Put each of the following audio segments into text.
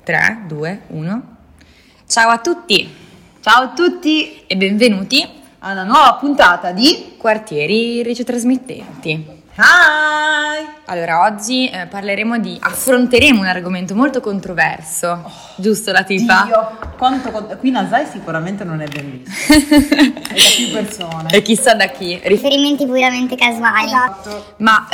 3, 2, 1. Ciao a tutti! Ciao a tutti e benvenuti a una nuova puntata di Quartieri Radiotrasmettenti. Hi! Allora, oggi affronteremo un argomento molto controverso, giusto Latifa? Dio, qui Nasai sicuramente non è ben visto, è da più persone. E chissà da chi. Riferimenti puramente casuali. Esatto. Ma,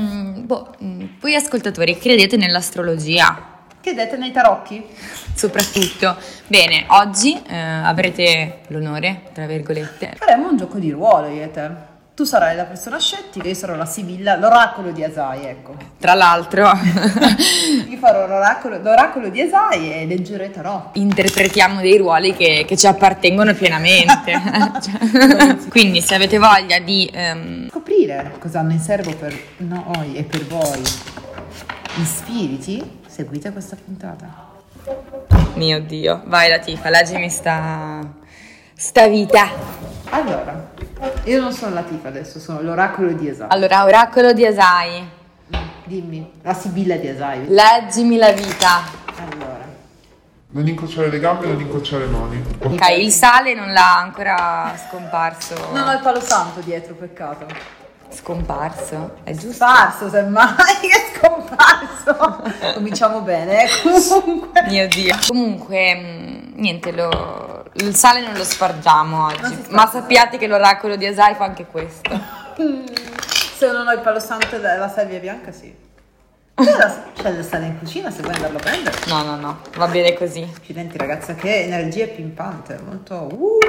voi ascoltatori, credete nell'astrologia? Credete nei tarocchi? Soprattutto. Bene, oggi avrete l'onore, tra virgolette. Faremo un gioco di ruolo io e te. Tu sarai la persona scettica, io sarò la Sibilla, l'oracolo di Asai, ecco. Tra l'altro Io farò l'oracolo di Asai e leggerò i tarocchi. Interpretiamo dei ruoli che ci appartengono pienamente. Quindi se avete voglia di scoprire cosa hanno in serbo per noi e per voi gli spiriti, seguite questa puntata. Mio Dio, vai Latifa, leggimi sta vita. Allora, io non sono Latifa adesso, sono l'oracolo di Asai. Allora, oracolo di Asai. Dimmi, la Sibilla di Asai. Leggimi la vita. Allora. Non incrociare le gambe, non incrociare le mani. Ok, il sale non l'ha ancora scomparso. Non ho il palo santo dietro, peccato. Scomparso? È giusto? Sparso, semmai, è scomparso. Cominciamo bene, comunque. Mio Dio. Comunque, niente, il sale non lo spargiamo oggi. Ma sappiate che l'oracolo di Asai fa anche questo. Se non ho il palo santo e la salvia bianca, sì. C'è del sale in cucina se vuoi andarlo a prendere. No, va bene così. Accidenti ragazza, che energia pimpante, molto...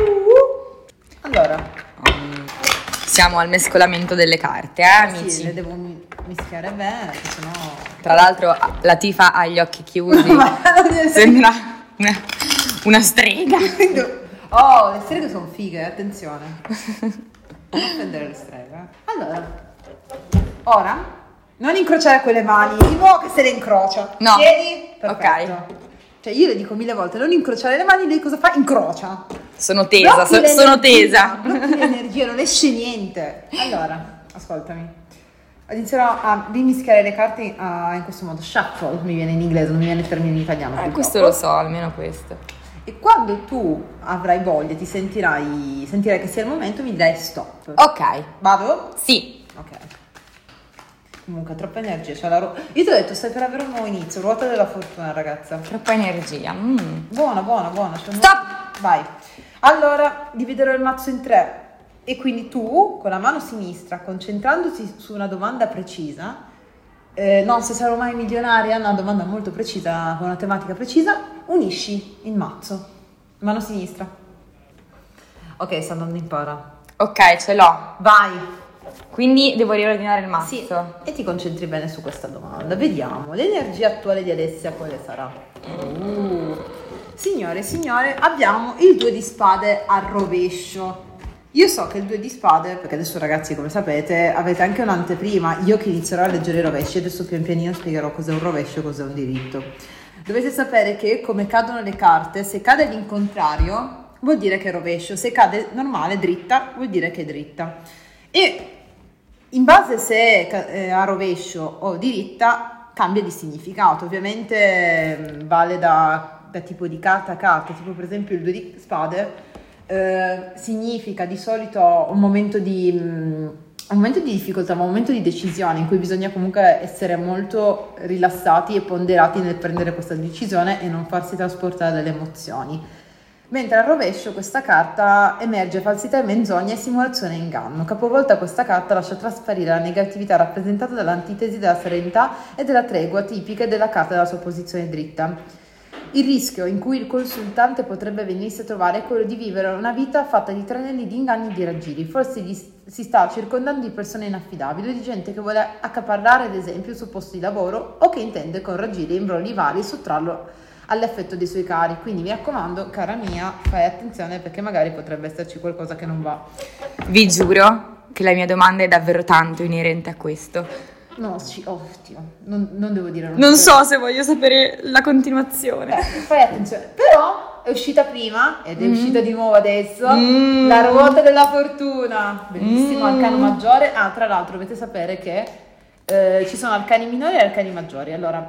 Allora... Siamo al mescolamento delle carte, amici? Sì, le devo mischiare bene, sennò... Tra l'altro Latifa ha gli occhi chiusi. Sembra una strega. Oh, le streghe sono fighe, attenzione. Non offendere le streghe. Allora, ora, non incrociare quelle mani, di nuovo che se le incrocia. No. Tieni? Perfetto. Ok. Cioè io le dico 1000 volte, non incrociare le mani, lei cosa fa? Incrocia. Sono tesa, sono tesa. Blocchi l'energia, non esce niente. Allora, ascoltami. Inizierò a rimischiare le carte in questo modo. Shuffle, mi viene in inglese, non mi viene il termine in italiano. Questo lo so, almeno questo. E quando tu avrai voglia, sentirai che sia il momento, mi dirai stop. Ok. Vado? Sì. Ok. Comunque, troppa energia. Io ti ho detto, stai per avere un nuovo inizio. Ruota della fortuna, ragazza. Troppa energia. Buona. Stop! Vai. Allora, dividerò il mazzo in 3. E quindi tu, con la mano sinistra, concentrandoti su una domanda precisa, non se sarò mai milionaria, una domanda molto precisa, con una tematica precisa, unisci il mazzo. Mano sinistra. Ok, sta andando in para. Ok, ce l'ho. Vai. Quindi devo riordinare il mazzo. Sì, e ti concentri bene su questa domanda. Vediamo, l'energia attuale di Alessia quale sarà? Signore e signore, abbiamo il 2 di spade al rovescio. Io so che il 2 di spade, perché adesso ragazzi come sapete avete anche un'anteprima, io che inizierò a leggere i rovesci, adesso pian pianino spiegherò cos'è un rovescio e cos'è un diritto. Dovete sapere che come cadono le carte, se cade l'incontrario vuol dire che è rovescio, se cade normale, dritta, vuol dire che è dritta. E in base se è a rovescio o diritta cambia di significato, ovviamente vale da tipo di carta a carta, tipo per esempio il 2 di spade significa di solito un momento di difficoltà, ma un momento di decisione in cui bisogna comunque essere molto rilassati e ponderati nel prendere questa decisione e non farsi trasportare dalle emozioni. Mentre al rovescio questa carta emerge falsità e menzogna e simulazione e inganno. Capovolta questa carta lascia trasparire la negatività rappresentata dall'antitesi della serenità e della tregua tipiche della carta della sua posizione dritta. Il rischio in cui il consultante potrebbe venirsi a trovare è quello di vivere una vita fatta di tranelli, di inganni e di raggiri. Forse si sta circondando di persone inaffidabili o di gente che vuole accaparrare ad esempio il suo posto di lavoro o che intende con raggiri e imbrogli vari sottrarlo all'effetto dei suoi cari. Quindi mi raccomando, cara mia, fai attenzione perché magari potrebbe esserci qualcosa che non va. Vi giuro che la mia domanda è davvero tanto inerente a questo. No, non devo dire. Non so se voglio sapere la continuazione. Fai attenzione. Però è uscita prima ed è uscita di nuovo adesso la ruota della fortuna. Bellissimo arcano maggiore. Tra l'altro dovete sapere che ci sono arcani minori e arcani maggiori. Allora,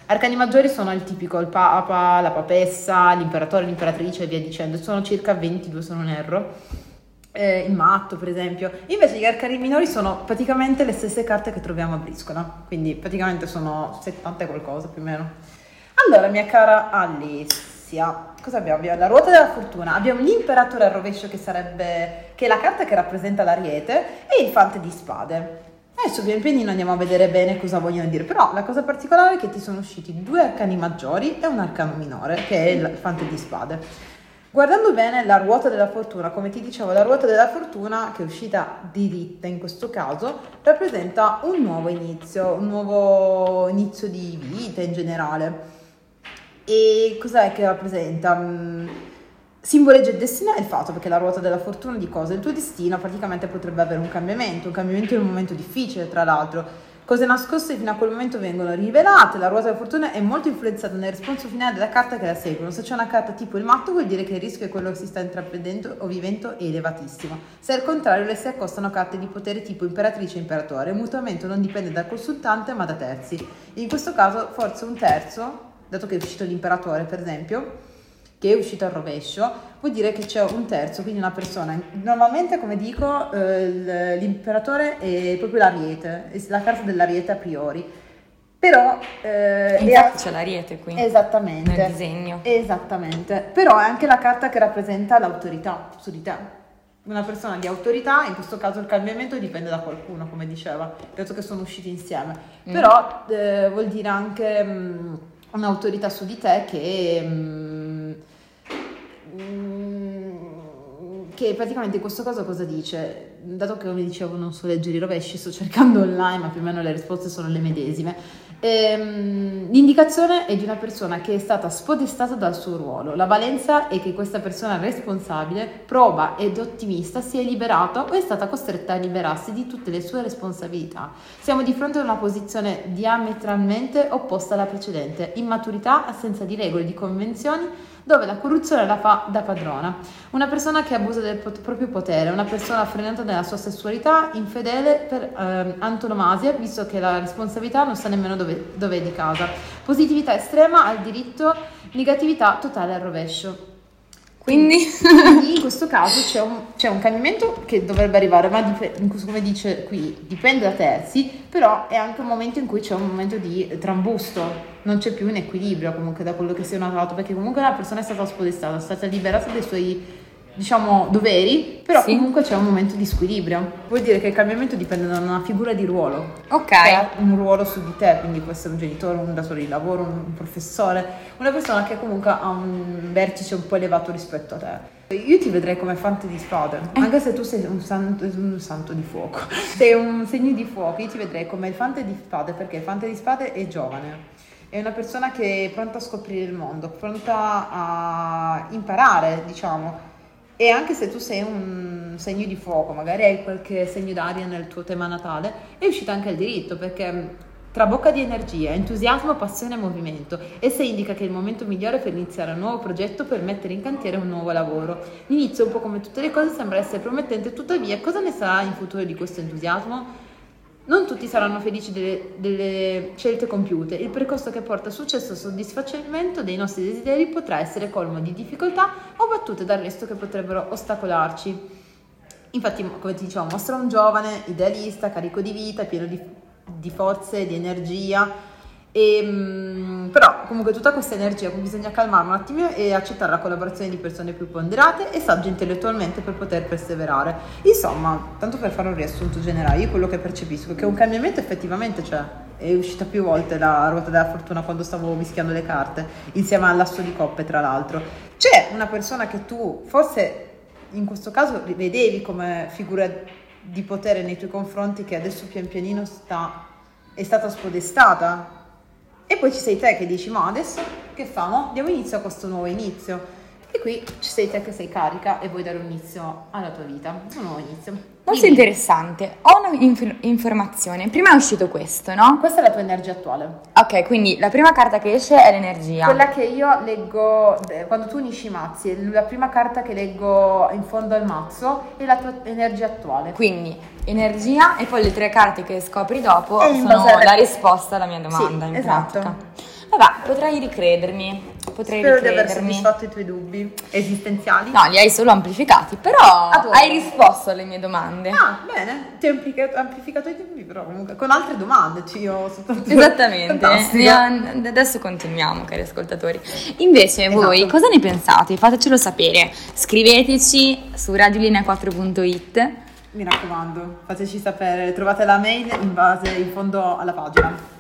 Arcani maggiori sono il tipico, il Papa, la Papessa, l'Imperatore, l'Imperatrice e via dicendo, sono circa 22 se non erro. Il matto per esempio. Invece gli arcani minori sono praticamente le stesse carte che troviamo a briscola, quindi praticamente sono 70 e qualcosa più o meno. Allora mia cara Alessia, cosa abbiamo? Abbiamo la ruota della fortuna, abbiamo l'imperatore al rovescio che è la carta che rappresenta l'ariete, e il fante di spade. Adesso pian pianino andiamo a vedere bene cosa vogliono dire, però la cosa particolare è che ti sono usciti 2 arcani maggiori e un arcano minore che è il fante di spade. Guardando bene la ruota della fortuna, come ti dicevo, la ruota della fortuna, che è uscita diritta in questo caso, rappresenta un nuovo inizio di vita in generale. E cos'è che rappresenta? Simboleggia il destino e il fatto, perché la ruota della fortuna di cosa? Il tuo destino praticamente potrebbe avere un cambiamento in un momento difficile, tra l'altro. Cose nascoste fino a quel momento vengono rivelate, la ruota della fortuna è molto influenzata nel responso finale della carta che la seguono. Se c'è una carta tipo il matto vuol dire che il rischio è quello che si sta intraprendendo o vivendo è elevatissimo. Se al contrario le si accostano carte di potere tipo imperatrice e imperatore, il mutamento non dipende dal consultante ma da terzi. In questo caso forse un terzo, dato che è uscito l'imperatore per esempio, che è uscito al rovescio, vuol dire che c'è un terzo, quindi una persona. Normalmente, come dico, l'imperatore è proprio l'ariete, è la carta dell'ariete a priori. Però infatti c'è l'ariete qui. Esattamente. Nel disegno. Esattamente. Però è anche la carta che rappresenta l'autorità su di te. Una persona di autorità, in questo caso il cambiamento dipende da qualcuno, come diceva, dato che sono usciti insieme. Però vuol dire anche un'autorità su di te che praticamente in questo caso cosa dice? Dato che come dicevo non so leggere i rovesci, sto cercando online ma più o meno le risposte sono le medesime. L'indicazione è di una persona che è stata spodestata dal suo ruolo. La valenza è che questa persona responsabile, proba ed ottimista si è liberata o è stata costretta a liberarsi di tutte le sue responsabilità. Siamo di fronte a una posizione diametralmente opposta alla precedente: immaturità, assenza di regole, di convenzioni, dove la corruzione la fa da padrona. Una persona che abusa del proprio potere, una persona frenata nella sua sessualità, infedele per antonomasia, visto che la responsabilità non sa nemmeno dove è di casa. Positività estrema al diritto, negatività totale al rovescio. Quindi in questo caso c'è un cambiamento che dovrebbe arrivare, ma come dice qui, dipende da terzi, però è anche un momento in cui c'è un momento di trambusto, non c'è più un equilibrio comunque da quello che si è notato, perché comunque la persona è stata spodestata, è stata liberata dai suoi, diciamo, doveri, però sì, comunque c'è un momento di squilibrio. Vuol dire che il cambiamento dipende da una figura di ruolo. Ok. Che ha un ruolo su di te, quindi può essere un genitore, un datore di lavoro, un professore, una persona che comunque ha un vertice un po' elevato rispetto a te. Io ti vedrei come fante di spade, anche se tu sei un santo di fuoco, sei un segno di fuoco, io ti vedrei come il fante di spade, perché il fante di spade è giovane. È una persona che è pronta a scoprire il mondo, pronta a imparare, diciamo. E anche se tu sei un segno di fuoco, magari hai qualche segno d'aria nel tuo tema natale, è uscito anche il diritto, perché trabocca di energia, entusiasmo, passione e movimento. Essa indica che è il momento migliore per iniziare un nuovo progetto, per mettere in cantiere un nuovo lavoro. L'inizio, un po' come tutte le cose, sembra essere promettente, tuttavia cosa ne sarà in futuro di questo entusiasmo? Non tutti saranno felici delle scelte compiute. Il percorso che porta a successo e soddisfacimento dei nostri desideri potrà essere colmo di difficoltà o battute d'arresto che potrebbero ostacolarci. Infatti, come ti dicevo, mostra un giovane idealista, carico di vita, pieno di forze, di energia. Però comunque tutta questa energia bisogna calmarla un attimo e accettare la collaborazione di persone più ponderate e sagge intellettualmente per poter perseverare. Insomma, tanto per fare un riassunto generale, io quello che percepisco è che un cambiamento effettivamente c'è. È uscita più volte la ruota della fortuna quando stavo mischiando le carte, insieme all'asso di coppe tra l'altro. C'è una persona che tu forse in questo caso vedevi come figura di potere nei tuoi confronti, che adesso pian pianino è stata spodestata. E poi ci sei te che dici, ma adesso che famo? Diamo inizio a questo nuovo inizio. E qui ci sei te che sei carica e vuoi dare un inizio alla tua vita, un nuovo inizio. Molto interessante. Ho un'informazione. Prima è uscito questo, no? Questa è la tua energia attuale. Ok, quindi la prima carta che esce è l'energia. Quella che io leggo quando tu unisci i mazzi, la prima carta che leggo in fondo al mazzo è la tua energia attuale. Quindi energia e poi le 3 carte che scopri dopo sono la risposta alla mia domanda, sì, in esatto. pratica. Va Vabbè, potrei ricredermi. Spero di aver soddisfatto i tuoi dubbi esistenziali. No, li hai solo amplificati, però Adoro. hai risposto alle mie domande. Ah, bene, ti ho amplificato i dubbi, però comunque con altre domande Esattamente. Fantastico. Adesso continuiamo, cari ascoltatori. Invece Esatto. voi cosa ne pensate? Fatecelo sapere. Scriveteci su radiolinea4.it. Mi raccomando, fateci sapere, trovate la mail in fondo alla pagina.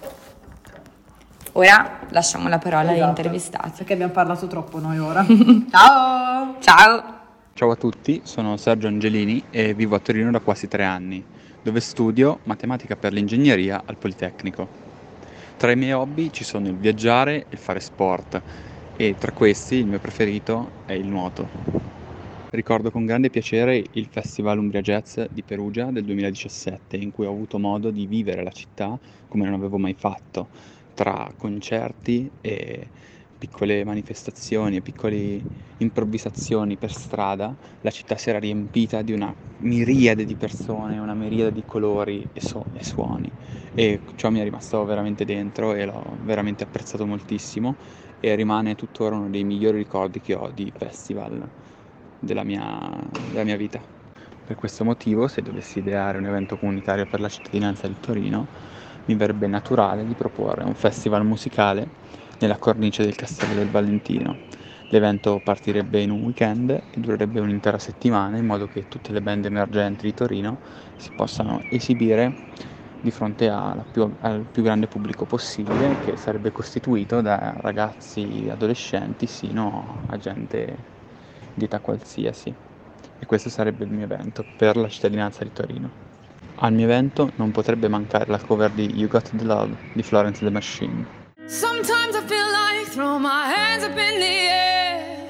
Ora lasciamo la parola agli Esatto, intervistati. perché abbiamo parlato troppo noi ora. Ciao! Ciao! Ciao a tutti, sono Sergio Angelini e vivo a Torino da quasi 3 anni, dove studio matematica per l'ingegneria al Politecnico. Tra i miei hobby ci sono il viaggiare e il fare sport, e tra questi il mio preferito è il nuoto. Ricordo con grande piacere il Festival Umbria Jazz di Perugia del 2017, in cui ho avuto modo di vivere la città come non avevo mai fatto, tra concerti e piccole manifestazioni e piccole improvvisazioni per strada. La città si era riempita di una miriade di persone, una miriade di colori e suoni, e ciò mi è rimasto veramente dentro e l'ho veramente apprezzato moltissimo, e rimane tuttora uno dei migliori ricordi che ho di festival della mia vita. Per questo motivo, se dovessi ideare un evento comunitario per la cittadinanza di Torino, mi verrebbe naturale di proporre un festival musicale nella cornice del Castello del Valentino. L'evento partirebbe in un weekend e durerebbe un'intera settimana, in modo che tutte le band emergenti di Torino si possano esibire di fronte al più grande pubblico possibile, che sarebbe costituito da ragazzi e adolescenti sino a gente di età qualsiasi. E questo sarebbe il mio evento per la cittadinanza di Torino. Al mio evento non potrebbe mancare la cover di You Got the Love di Florence and the Machine. Sometimes I feel like throw my hands up in the air.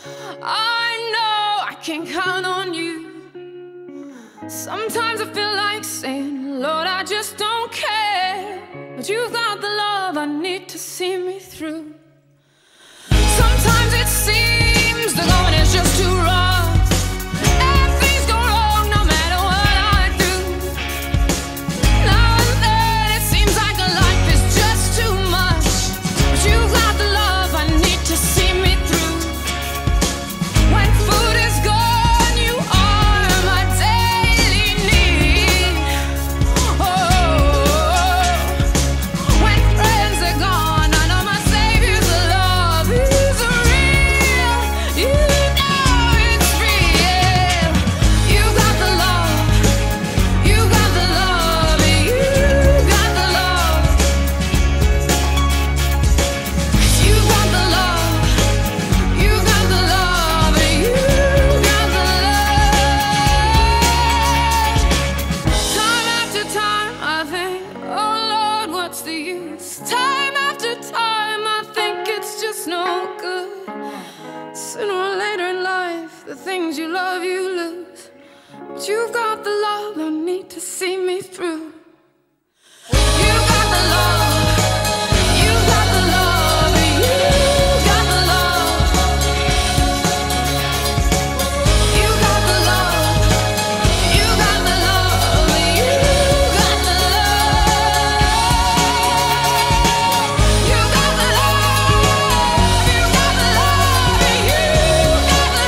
I know I can count on you. Sometimes I feel like saying, Lord, I just don't care. But you've got the love I need to see me through. Sometimes it seems the going is just too rough. And things go wrong no matter what I do. Now and then it seems like a life is just too much. But you've got the love I need to see me through. When food is gone, you are my daily need. Oh, when friends are gone, I know my Savior's love is real. You know it's real. You got the love. You got the love. You got the love. You got the love. You got the love. You got the love. Time after time I think, oh Lord, what's the use? Time after time I think it's just no good. Sooner or later in life, the things you love you lose. But you've got the love I need to see me through. You got the love. You got the love. You got the love. You got the love. You got the love. You got the love. You got the love. You got the love. You got the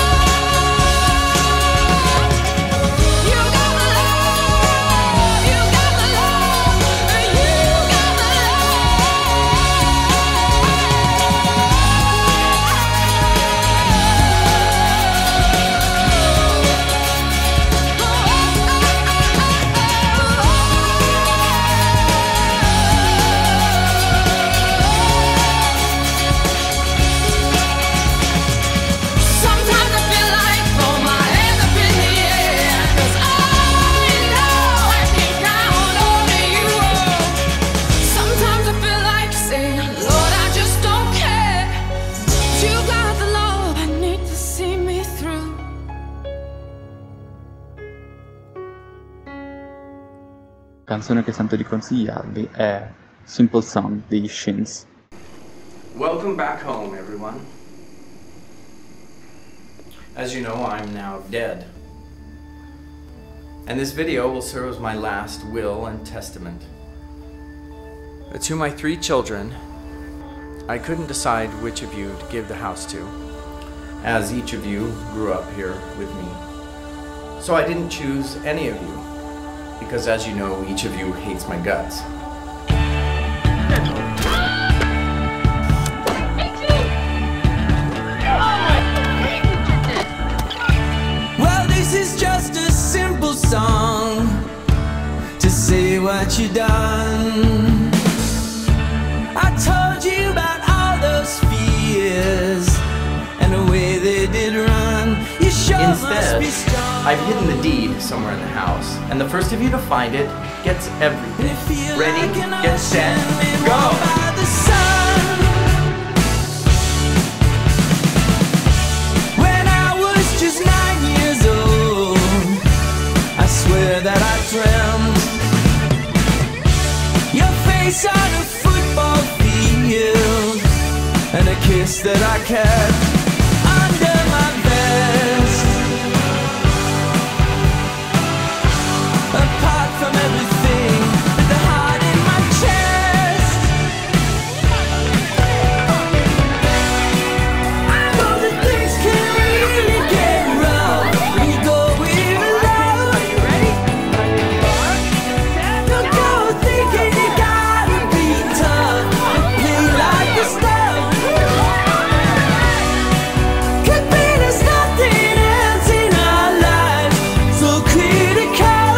love. You got the love. You got the love. You got the Sometimes I feel like throw my hands up in the air, 'cause I know I can count on you. Sometimes I feel like saying, Lord, I just don't care. But you got the love I need to see me through. La canzone che sento di consigliarvi è Simple Song di Shins. Welcome back home, everyone. As you know, I'm now dead. And this video will serve as my last will and testament. To my 3 children, I couldn't decide which of you to give the house to, as each of you grew up here with me. So I didn't choose any of you, because as you know, each of you hates my guts. Well, this is just a simple song to say what you done. I told you about all those fears and the way they did run. You sure must Instead, be strong. I've hidden the deed somewhere in the house, and the first of you to find it gets everything. And if you Ready, like an get set, ocean made go! warm by the sun. When I was just 9 years old, I swear that I dreamt your face on a football field and a kiss that I kept under my vest. Apart from everything, with the heart in my chest, I know that things can really get rough when you go it alone. Are you ready? Don't go thinking you gotta be tough and play like the stuff. Could be there's nothing else in our lives so critical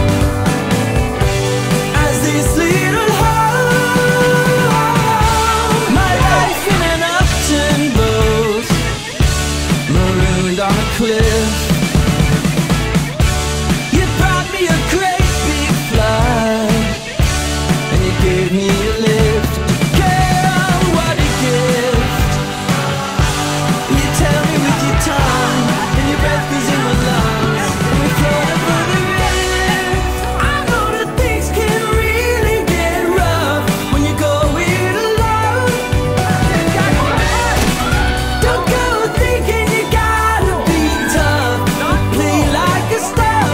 as this little hole. My life in an upturned boat, marooned on a cliff. You brought me a great big flight, and you gave me a lift. Girl, what a gift! You tell me with your tongue, and your breath goes in my lungs, and we float over the rift. I know that things can really get rough when you go it alone. Don't go thinking you gotta be tough, play like a star.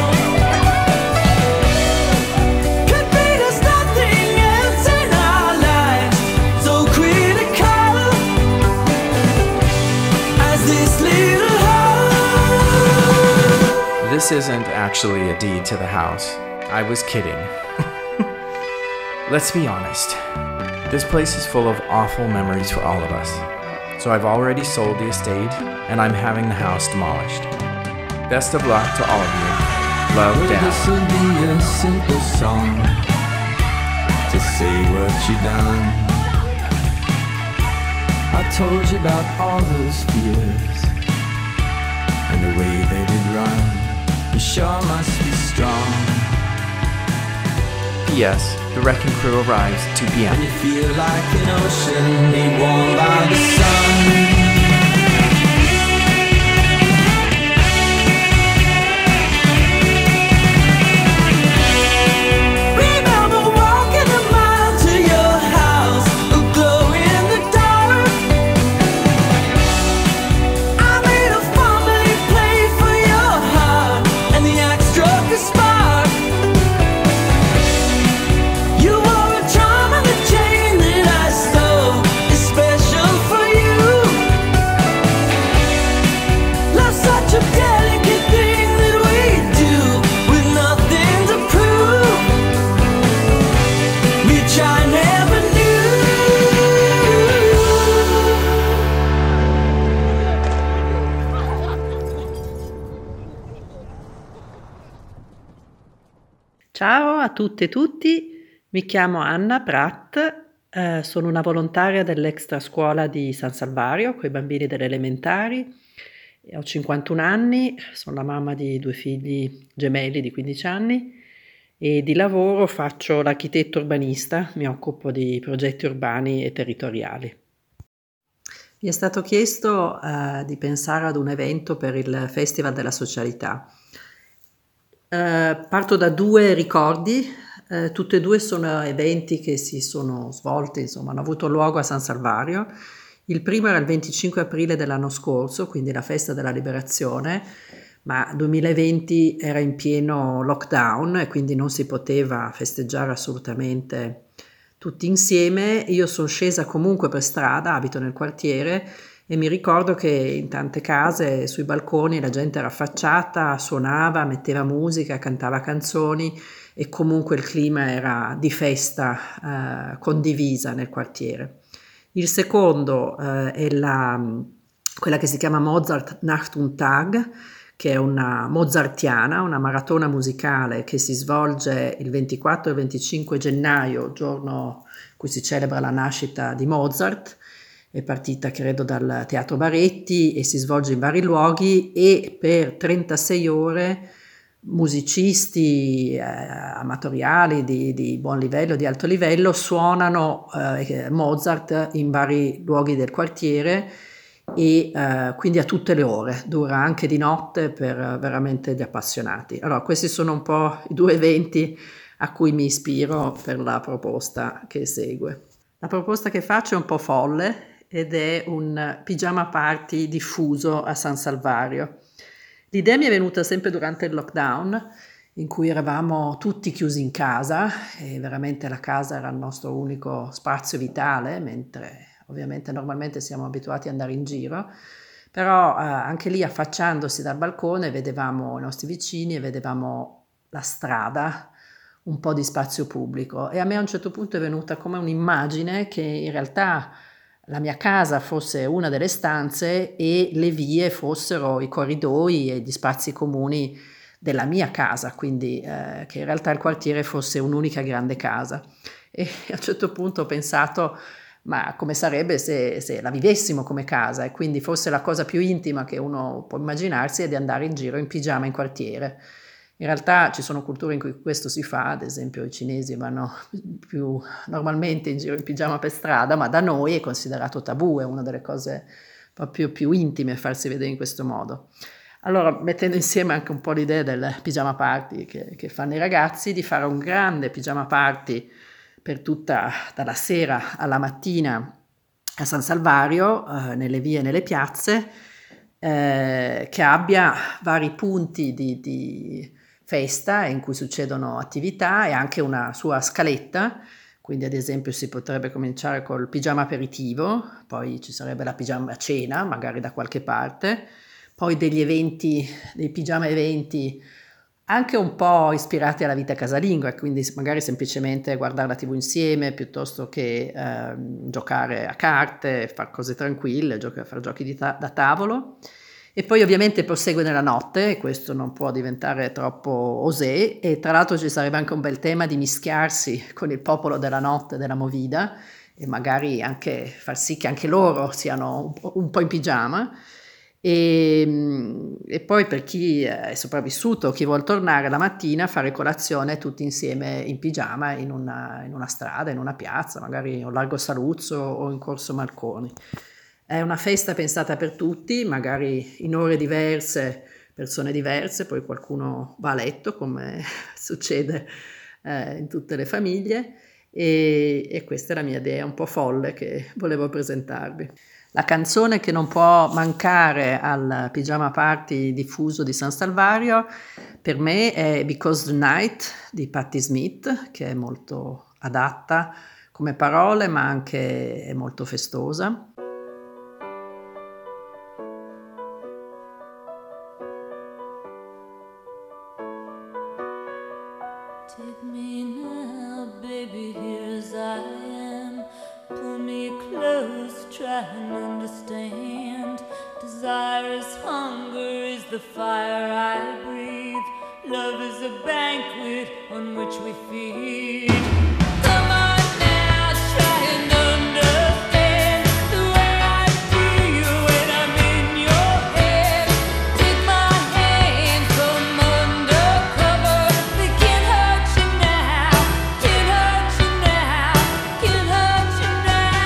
Could be there's nothing else in our lives so critical as this little hole. This isn't actually a deed to the house. I was kidding. Let's be honest. This place is full of awful memories for all of us. So I've already sold the estate, and I'm having the house demolished. Best of luck to all of you. Love, Dad. This'll be a simple song to say what you done. I told you about all those fears and the way they did run. You sure must be strong P.S. The wrecking crew arrives 2 p.m. when you feel like an ocean made warm by the sun. Remember walking a mile to your house, a glow in the dark. I made a family play for your heart, and the axe struck a spark. You wore a charm on the chain that I stole, is special for you. Love's such a delicate thing that we do with nothing to prove, which I never knew. Ciao a tutte e tutti, mi chiamo Anna Pratt, sono una volontaria dell'Extra Scuola di San Salvario con i bambini delle elementari. Ho 51 anni, sono la mamma di 2 figli gemelli di 15 anni e di lavoro faccio l'architetto urbanista, mi occupo di progetti urbani e territoriali. Mi è stato chiesto di pensare ad un evento per il Festival della Socialità. Parto da 2 ricordi, tutti e 2 sono eventi che si sono svolti, insomma, hanno avuto luogo a San Salvario. Il primo era il 25 aprile dell'anno scorso, quindi la festa della liberazione, ma 2020 era in pieno lockdown e quindi non si poteva festeggiare assolutamente tutti insieme. Io sono scesa comunque per strada, abito nel quartiere, e mi ricordo che in tante case, sui balconi, la gente era affacciata, suonava, metteva musica, cantava canzoni, e comunque il clima era di festa condivisa nel quartiere. Il secondo è quella che si chiama Mozart Nacht und Tag, che è una mozartiana, una maratona musicale che si svolge il 24 e 25 gennaio, giorno in cui si celebra la nascita di Mozart. È partita credo dal Teatro Baretti e si svolge in vari luoghi, e per 36 ore musicisti amatoriali di buon livello, di alto livello, suonano Mozart in vari luoghi del quartiere, e quindi a tutte le ore, dura anche di notte per veramente gli appassionati. Allora, questi sono un po' i 2 eventi a cui mi ispiro per la proposta che segue. La proposta che faccio è un po' folle ed è un pigiama party diffuso a San Salvario. L'idea mi è venuta sempre durante il lockdown, in cui eravamo tutti chiusi in casa e veramente la casa era il nostro unico spazio vitale, mentre ovviamente normalmente siamo abituati ad andare in giro, però anche lì, affacciandosi dal balcone, vedevamo i nostri vicini e vedevamo la strada, un po' di spazio pubblico, e a me a un certo punto è venuta come un'immagine che in realtà la mia casa fosse una delle stanze e le vie fossero i corridoi e gli spazi comuni della mia casa, quindi che in realtà il quartiere fosse un'unica grande casa. E a un certo punto ho pensato: ma come sarebbe se la vivessimo come casa, e quindi forse la cosa più intima che uno può immaginarsi è di andare in giro in pigiama in quartiere. In realtà ci sono culture in cui questo si fa, ad esempio i cinesi vanno più normalmente in giro in pigiama per strada, ma da noi è considerato tabù, è una delle cose proprio più intime farsi vedere in questo modo. Allora, mettendo insieme anche un po' l'idea del pigiama party che fanno i ragazzi, di fare un grande pigiama party per tutta, dalla sera alla mattina a San Salvario, nelle vie e nelle piazze, che abbia vari punti di festa in cui succedono attività e anche una sua scaletta. Quindi ad esempio si potrebbe cominciare col pigiama aperitivo, poi ci sarebbe la pigiama cena, magari da qualche parte, poi degli eventi, dei pigiama eventi anche un po' ispirati alla vita casalinga, quindi magari semplicemente guardare la TV insieme piuttosto che giocare a carte, fare cose tranquille, fare giochi da tavolo. E poi ovviamente prosegue nella notte, e questo non può diventare troppo osé, e tra l'altro ci sarebbe anche un bel tema di mischiarsi con il popolo della notte, della movida, e magari anche far sì che anche loro siano un po' in pigiama. E poi per chi è sopravvissuto, chi vuol tornare la mattina, fare colazione tutti insieme in pigiama in una strada, in una piazza, magari a Largo Saluzzo o in Corso Marconi. È una festa pensata per tutti, magari in ore diverse, persone diverse, poi qualcuno va a letto, come succede in tutte le famiglie, e questa è la mia idea un po' folle che volevo presentarvi. La canzone che non può mancare al pigiama party diffuso di San Salvario per me è Because the Night di Patti Smith, che è molto adatta come parole ma anche è molto festosa. Take me now, baby, here as I am. Pull me close, try and understand. Desire is hunger, is the fire I breathe. Love is a banquet on which we feed. Come on now, try and understand the way I feel when I'm in your head. Take my hand, come undercover. They can't hurt you now, can't hurt you now, can't hurt you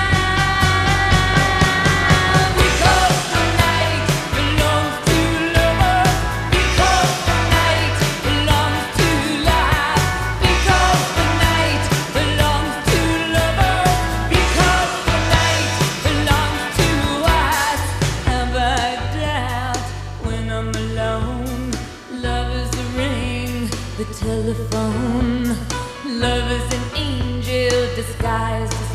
now. Because the night belongs to lovers. Because the night belongs to life. Because the night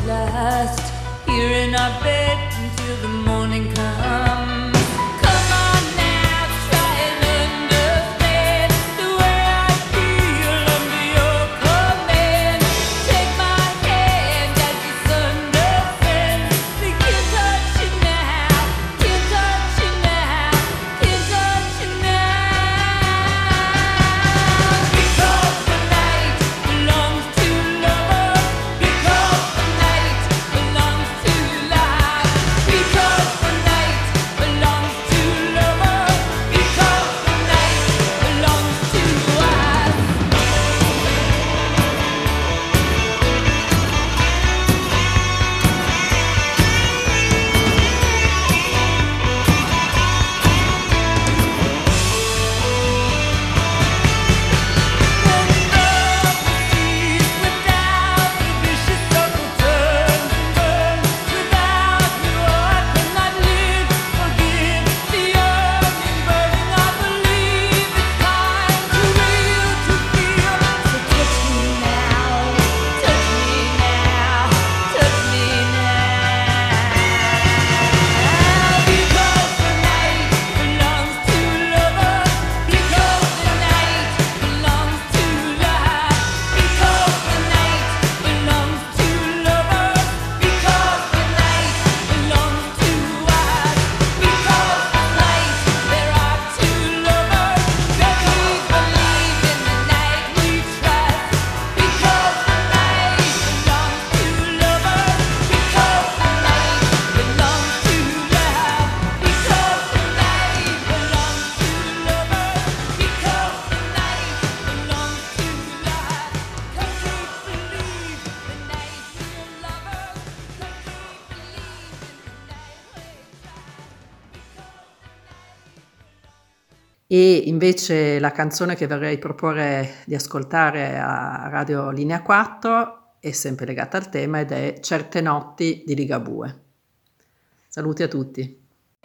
last here in our bed until the morning comes. Come on now, try and understand the way I feel under your command. Take my hand as the sun descends. We can't touch it now, can't touch it now, can't touch it now. Because the night belongs to lovers. Because the night belongs to life. Because the night belongs to lovers. Because the night belongs to us. Without the vicious circle turns and burns. Without you I cannot live. Forgive the yearning burning. I believe it's time to real to feel. So touch me now, touch me now, touch me now. Because the night belongs to lovers. Because the night belongs to life. Because the night belongs to lovers. Because the night belongs to us. Because tonight there are two lovers. That we believe in the night we trust. Because the night belongs to lovers. Because the night belongs to love. Because the night belongs to lovers. Because the night belongs to love. 'Cause we believe the night we're lovers. 'Cause we believe in the night we trust. E invece la canzone che vorrei proporre di ascoltare a Radio Linea 4 è sempre legata al tema ed è Certe notti di Ligabue. Saluti a tutti.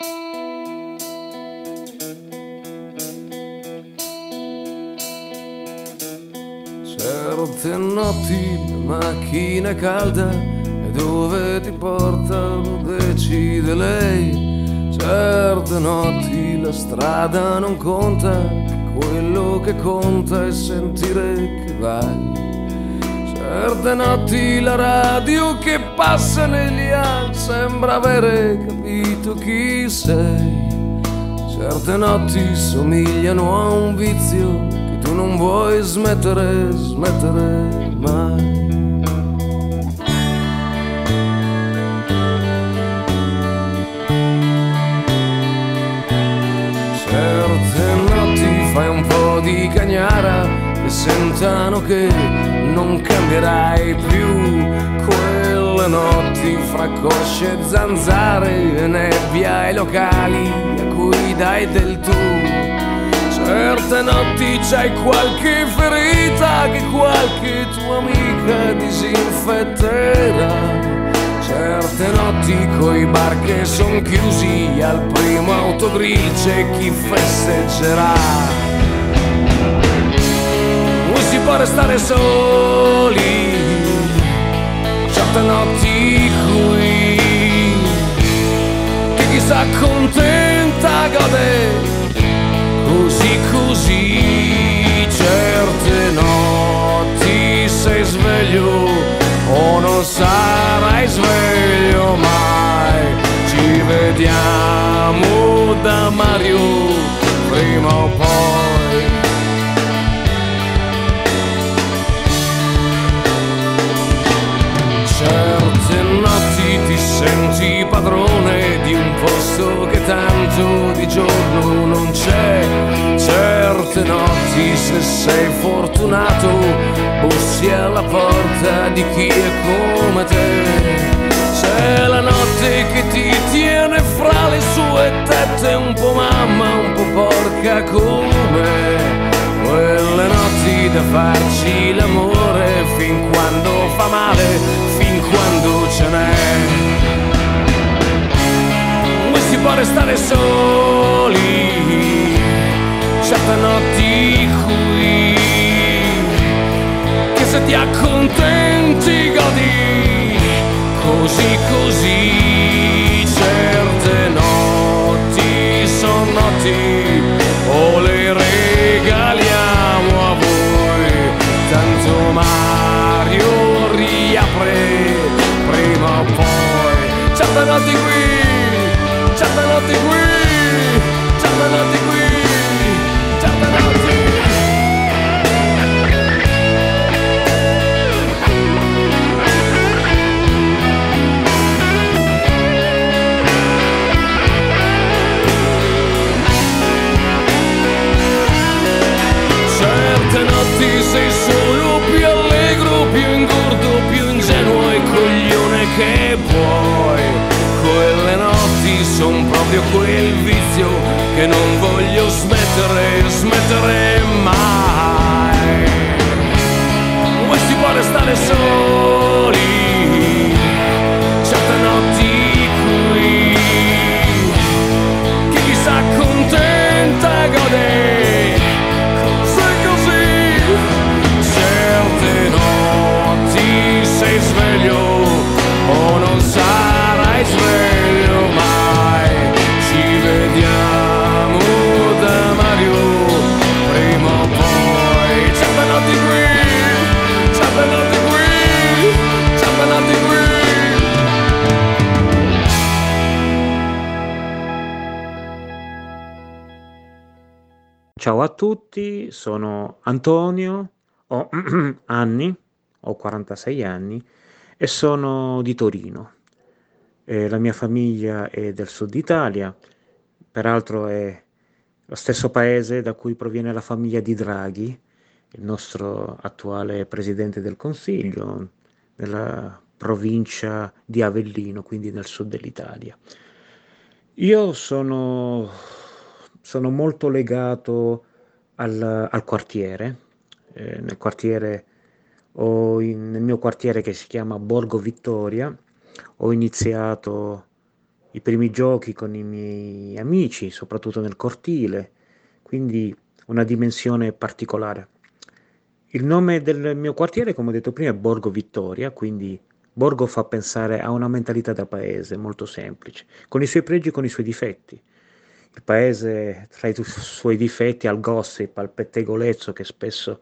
Certe notti la macchina è calda e dove ti porta lo decide lei. Certe notti la strada non conta, quello che conta è sentire che vai. Certe notti la radio che passa negli anni sembra avere capito chi sei. Certe notti somigliano a un vizio che tu non vuoi smettere mai. Certe notti fai un po' di cagnara e sentano che non cambierai più. Quelle notti fra cosce e zanzare e nebbia ai locali a cui dai del tu. Certe notti c'hai qualche ferita che qualche tua amica disinfetterà. Certe notti coi bar che son chiusi, al primo autogrill c'è chi festeggerà. Non si può restare soli, certe notti qui, che chi s'accontenta gode così così. Certe notti sei sveglio o non sarai sveglio mai. Ci vediamo da Mario prima o poi. Certe notti ti senti padrone di un posto che tanto di giorno non c'è. Certe notti se sei fortunato bussi alla porta di chi è come te. C'è la notte che ti tiene fra le sue tette, un po' mamma, un po' porca come. Quelle notti da farci l'amore fin quando fa male, fin quando ce n'è. Non si può restare soli, certe notti qui, che se ti accontenti godi così così. Certe notti son notti, o le regaliamo a voi. Tanto Mario riapre prima o poi. Certe notti qui, certe notti qui, certe notti qui, certe notti. Certe notti sei solo più allegro, più ingordo, più ingenuo e coglione che puoi. Quelle notti son proprio quel vizio che non voglio smettere mai. Vuoi si può restare soli, certe notti qui, chi si accontenta gode. Certe notti sei sveglio o non sarai sveglio mai. Ci vediamo da Mario prima o poi. Certe notti qui, certe notti qui, certe notti qui. Ciao a tutti, sono Antonio, ho anni, ho 46 anni e sono di Torino. La mia famiglia è del sud Italia, peraltro è lo stesso paese da cui proviene la famiglia di Draghi, il nostro attuale presidente del Consiglio, nella provincia di Avellino, quindi nel sud dell'Italia. Io sono molto legato al quartiere. Nel mio quartiere, che si chiama Borgo Vittoria, ho iniziato i primi giochi con i miei amici, soprattutto nel cortile, quindi una dimensione particolare. Il nome del mio quartiere, come ho detto prima, è Borgo Vittoria, quindi Borgo fa pensare a una mentalità da paese molto semplice, con i suoi pregi e con i suoi difetti. Il paese, tra i suoi difetti, ha il gossip, al pettegolezzo che spesso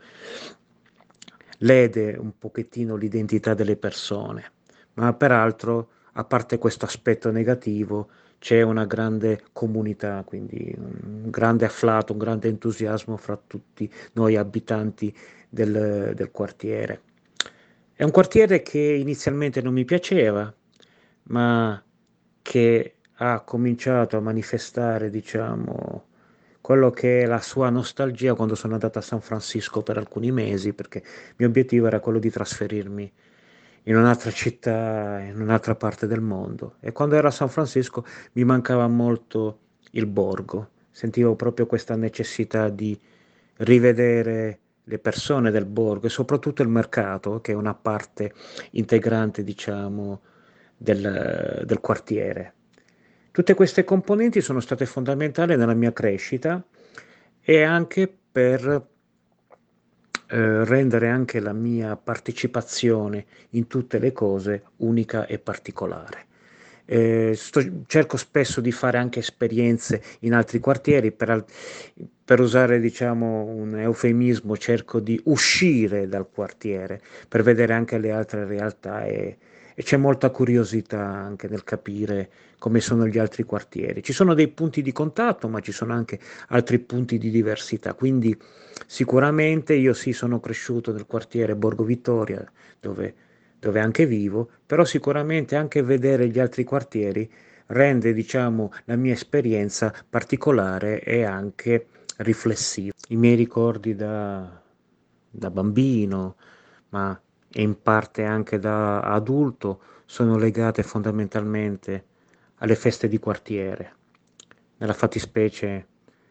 lede un pochettino l'identità delle persone, ma peraltro, a parte questo aspetto negativo, c'è una grande comunità, quindi un grande afflato, un grande entusiasmo fra tutti noi abitanti del quartiere. È un quartiere che inizialmente non mi piaceva, ma che ha cominciato a manifestare, diciamo, quello che è la sua nostalgia quando sono andato a San Francisco per alcuni mesi, perché il mio obiettivo era quello di trasferirmi in un'altra città, in un'altra parte del mondo. E quando ero a San Francisco mi mancava molto il borgo, sentivo proprio questa necessità di rivedere le persone del borgo e soprattutto il mercato, che è una parte integrante, diciamo, del quartiere. Tutte queste componenti sono state fondamentali nella mia crescita e anche per rendere anche la mia partecipazione in tutte le cose unica e particolare. Cerco spesso di fare anche esperienze in altri quartieri, per usare, diciamo, un eufemismo, cerco di uscire dal quartiere per vedere anche le altre realtà e c'è molta curiosità anche nel capire come sono gli altri quartieri. Ci sono dei punti di contatto, ma ci sono anche altri punti di diversità, quindi sicuramente io sì sono cresciuto nel quartiere Borgo Vittoria, dove anche vivo, però sicuramente anche vedere gli altri quartieri rende, diciamo, la mia esperienza particolare e anche riflessiva. I miei ricordi da bambino, ma in parte anche da adulto, sono legate fondamentalmente alle feste di quartiere, nella fattispecie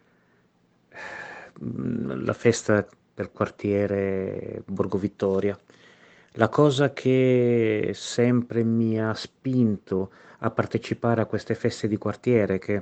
la festa del quartiere Borgo Vittoria. La cosa che sempre mi ha spinto a partecipare a queste feste di quartiere, che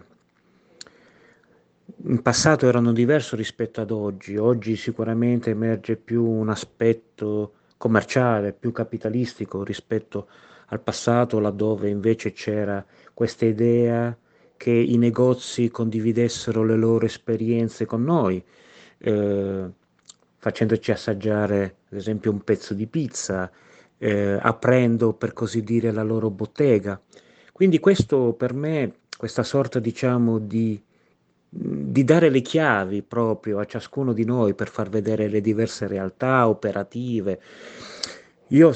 in passato erano diverse rispetto ad oggi sicuramente emerge più un aspetto commerciale, più capitalistico rispetto al passato, laddove invece c'era questa idea che i negozi condividessero le loro esperienze con noi, eh, facendoci assaggiare ad esempio un pezzo di pizza, aprendo per così dire la loro bottega. Quindi questo per me, questa sorta diciamo di dare le chiavi proprio a ciascuno di noi per far vedere le diverse realtà operative. Io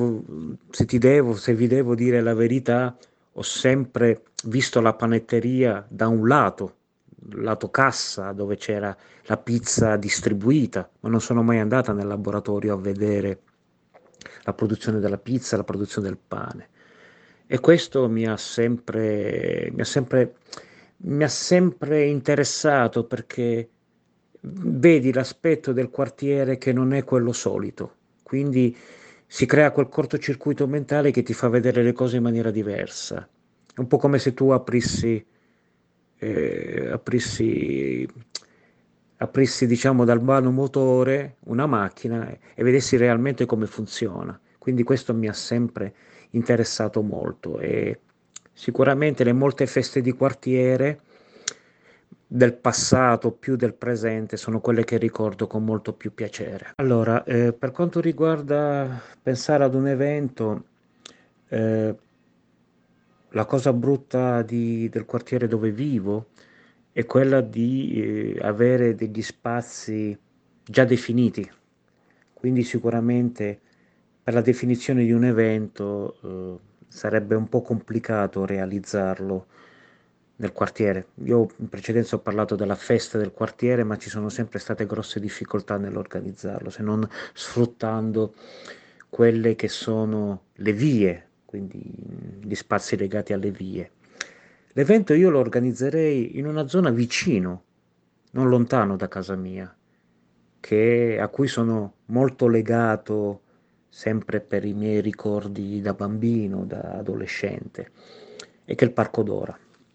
se vi devo dire la verità, ho sempre visto la panetteria da un lato cassa, dove c'era la pizza distribuita, ma non sono mai andata nel laboratorio a vedere la produzione della pizza, la produzione del pane. E questo mi ha sempre interessato, perché vedi l'aspetto del quartiere che non è quello solito, quindi si crea quel cortocircuito mentale che ti fa vedere le cose in maniera diversa. È un po' come se tu aprissi diciamo dal vano motore una macchina e vedessi realmente come funziona. Quindi questo mi ha sempre interessato molto, e sicuramente le molte feste di quartiere del passato più del presente sono quelle che ricordo con molto più piacere. Allora, per quanto riguarda pensare ad un evento, eh, la cosa brutta del quartiere dove vivo è quella di avere degli spazi già definiti, quindi sicuramente per la definizione di un evento sarebbe un po' complicato realizzarlo nel quartiere. Io in precedenza ho parlato della festa del quartiere, ma ci sono sempre state grosse difficoltà nell'organizzarlo, se non sfruttando quelle che sono le vie, quindi gli spazi legati alle vie. L'evento io lo organizzerei in una zona vicino, non lontano da casa mia, a cui sono molto legato sempre per i miei ricordi da bambino, da adolescente, e che è il Parco Dora.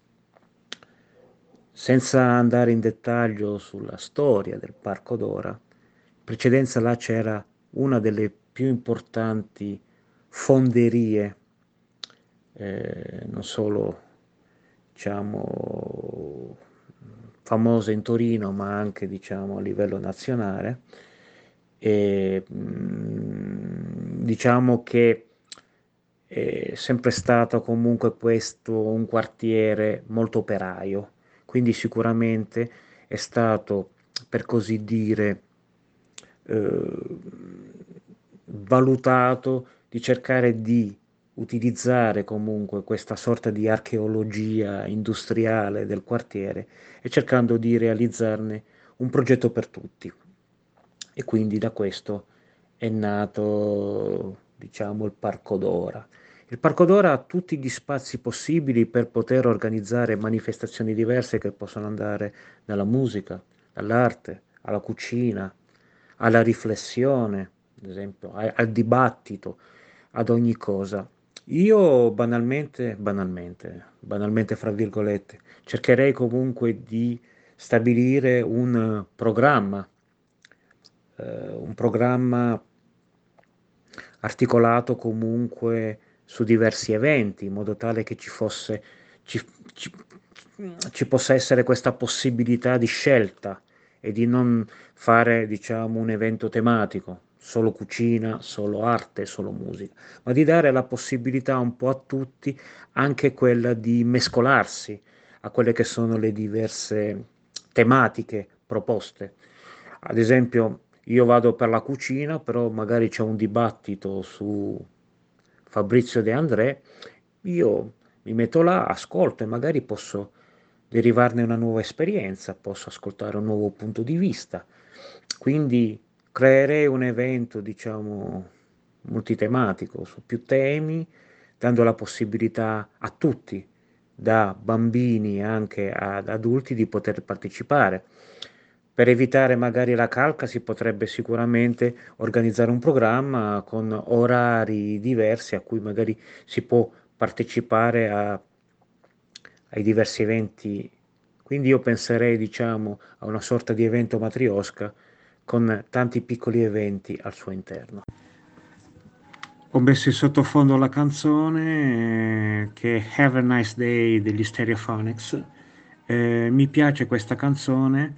Senza andare in dettaglio sulla storia del Parco Dora, in precedenza là c'era una delle più importanti fonderie, non solo diciamo famose in Torino, ma anche diciamo a livello nazionale, e diciamo che è sempre stato comunque questo un quartiere molto operaio, quindi sicuramente è stato, per così dire, valutato di cercare di utilizzare comunque questa sorta di archeologia industriale del quartiere e cercando di realizzarne un progetto per tutti. E quindi da questo è nato, diciamo, il Parco Dora. Il Parco Dora ha tutti gli spazi possibili per poter organizzare manifestazioni diverse che possono andare dalla musica, dall'arte, alla cucina, alla riflessione, ad esempio, al dibattito, ad ogni cosa. Io banalmente fra virgolette, cercherei comunque di stabilire un programma articolato comunque su diversi eventi, in modo tale che ci, ci- ci possa essere questa possibilità di scelta e di non fare, diciamo, un evento tematico, solo cucina, solo arte, solo musica, ma di dare la possibilità un po' a tutti, anche quella di mescolarsi a quelle che sono le diverse tematiche proposte. Ad esempio, io vado per la cucina, però magari c'è un dibattito su Fabrizio De André, io mi metto là, ascolto e magari posso derivarne una nuova esperienza, posso ascoltare un nuovo punto di vista. Quindi creerei un evento, diciamo, multitematico su più temi, dando la possibilità a tutti, da bambini anche ad adulti, di poter partecipare. Per evitare magari la calca si potrebbe sicuramente organizzare un programma con orari diversi a cui magari si può partecipare ai diversi eventi. Quindi io penserei, diciamo, a una sorta di evento matriosca con tanti piccoli eventi al suo interno. Ho messo in sottofondo la canzone che è Have a Nice Day degli Stereophonics. Mi piace questa canzone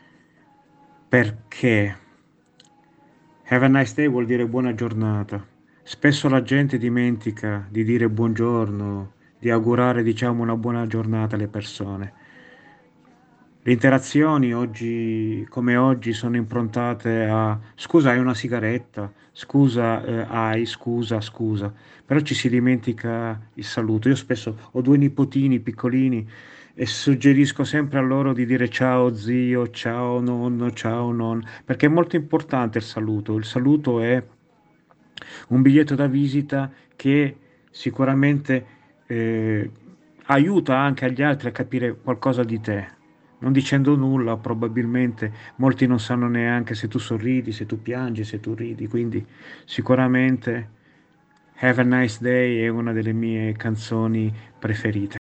perché Have a Nice Day vuol dire buona giornata. Spesso la gente dimentica di dire buongiorno, di augurare, diciamo, una buona giornata alle persone. Le interazioni oggi, come oggi, sono improntate a scusa, hai una sigaretta, scusa, scusa, però ci si dimentica il saluto. Io spesso ho due nipotini piccolini e suggerisco sempre a loro di dire ciao zio, ciao nonno, ciao nonno, perché è molto importante il saluto. Il saluto è un biglietto da visita che sicuramente aiuta anche agli altri a capire qualcosa di te. Non dicendo nulla, probabilmente molti non sanno neanche se tu sorridi, se tu piangi, se tu ridi, quindi sicuramente Have a Nice Day è una delle mie canzoni preferite.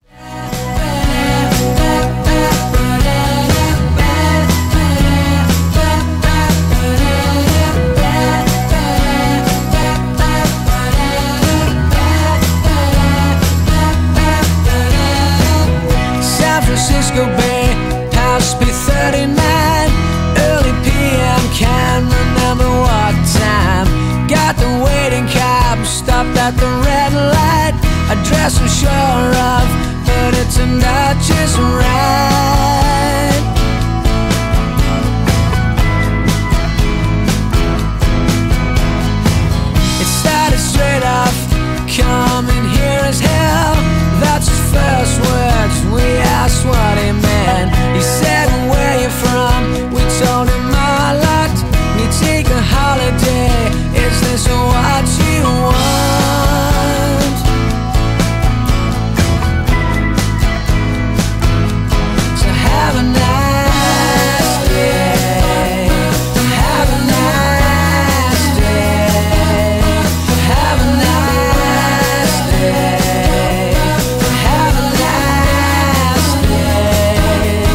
San Francisco Bay, House P39, early PM, can't remember what time. Got the waiting cab, stopped at the red light. Address I'm sure of, but it turned out just right. It started straight off, coming here as hell. That's his first words, we asked what he meant. He said, where you from? We told him a lot. We take a holiday, is this what you want? So have a nice day, have a nice day, have a nice day, have a nice day.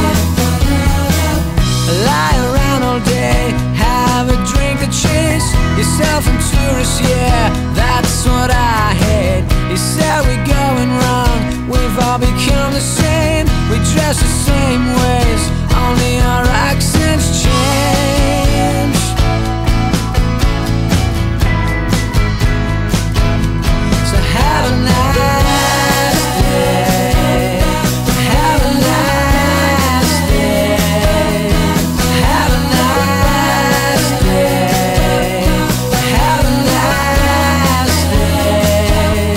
Lie around all day, have a drink to chase yourself and tourists, yeah, that's what I hate. He said we're going wrong, we've all become the same. We dress the same ways, only our accents change. So have a nice day, have a nice day, have a nice day, have a nice day.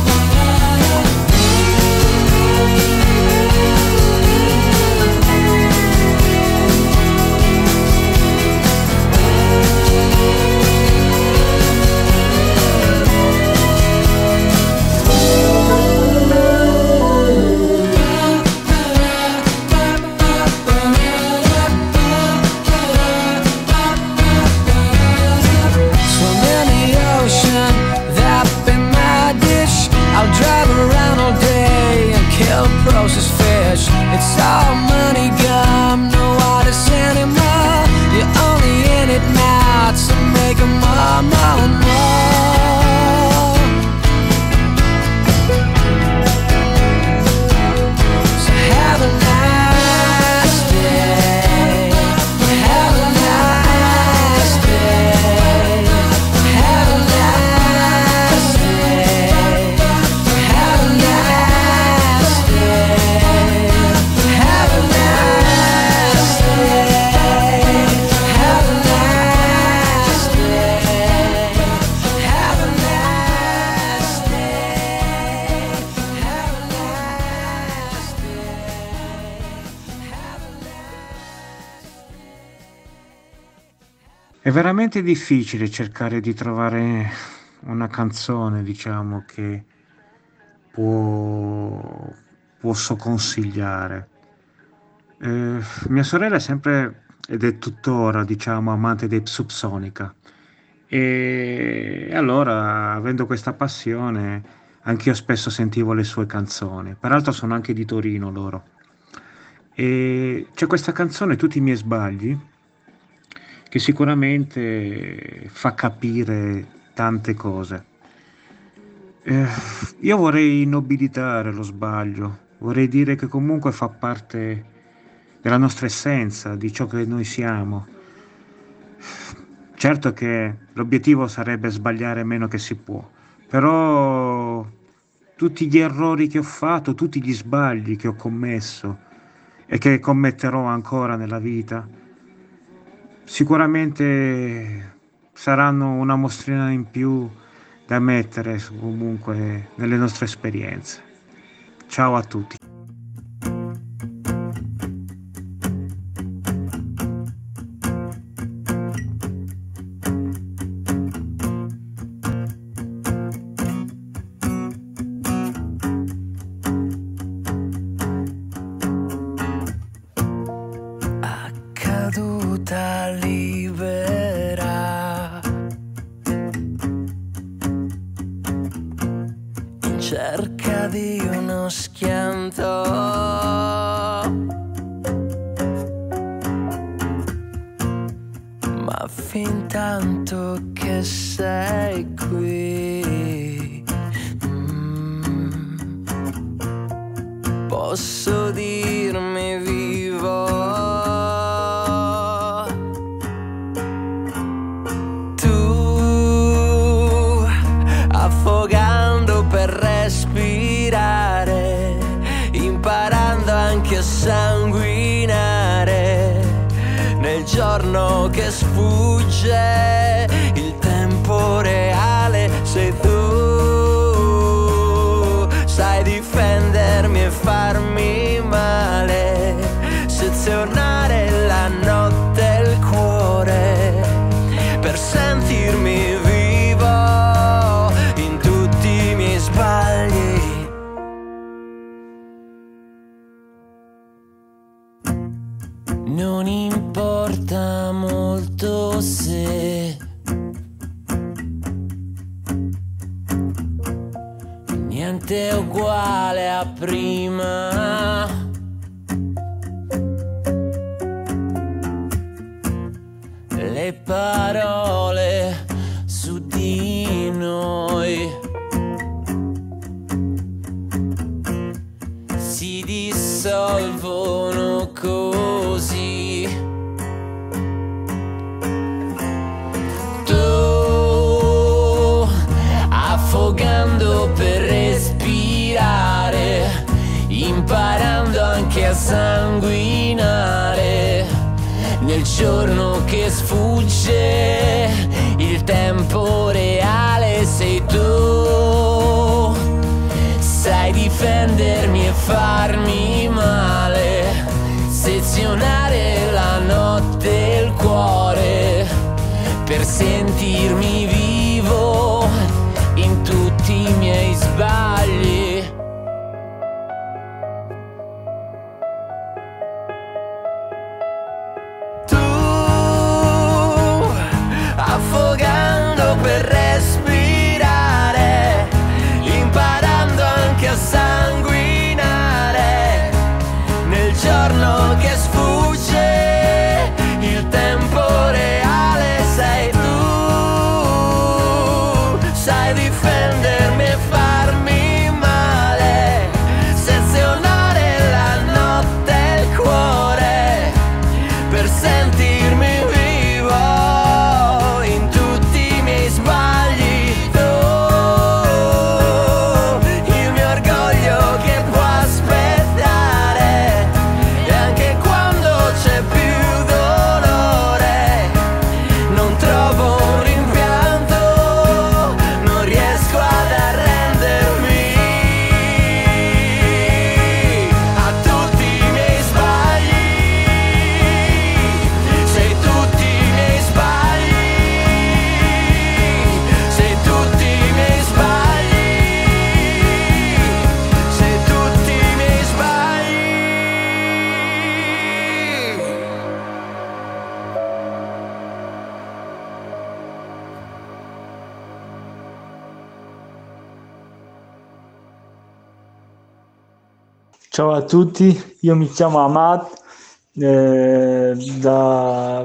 Swim in the ocean, that be my dish. I'll drive around all day and kill processed fish. It's all money gum, no artists anymore. You're only in it now to make more, more, more. So have a nice day, have a nice day, have a nice day, have a nice day, have a nice day, have a nice day, have a nice day, have a nice È veramente difficile cercare di trovare una canzone, diciamo, che posso consigliare. Mia sorella è sempre ed è tuttora, diciamo, amante dei Subsonica. E allora, avendo questa passione, anch'io spesso sentivo le sue canzoni. Peraltro sono anche di Torino loro. E c'è questa canzone, Tutti i miei sbagli, che sicuramente fa capire tante cose. Eh, io vorrei nobilitare lo sbaglio, vorrei dire che comunque fa parte della nostra essenza, di ciò che noi siamo. Certo che l'obiettivo sarebbe sbagliare meno che si può, però tutti gli errori che ho fatto, tutti gli sbagli che ho commesso e che commetterò ancora nella vita, sicuramente saranno una mostrina in più da mettere comunque nelle nostre esperienze. Ciao a tutti. Caduta libera in cerca di uno schianto, ma fin tanto che sei qui, posso dirmi vivo. Affogando per respirare, imparando anche a sanguinare, nel giorno che sfugge il tempo reale sei tu, sai difendermi e farmi male, sezionare la notte e il cuore per sentirmi vivo sbagli. Non importa molto se niente è uguale a prima. Le parole su di noi si dissolvono così. Tu affogando per respirare, imparando anche a sanguinare, nel giorno che sfugge il tempo reale sei tu, sai difendermi e farmi male, sezionare la notte e il cuore per sentirmi vivo in tutti i miei sbagli. Tu affogando per respirare, imparando anche a sanguinare, nel giorno che sfugge il tempo reale sei tu, sai difendermi e farmi male, sezionare la notte e il cuore per sentirmi vivo in tutti i miei sbagli. Il mio orgoglio che può aspettare, e anche quando c'è più dolore non trovo un rimpianto, non riesco ad arrendermi a tutti i miei sbagli, sei tutti i miei sbagli, sei tutti i miei sbagli, sei tutti i miei sbagli. Ciao a tutti, io mi chiamo Ahmad, da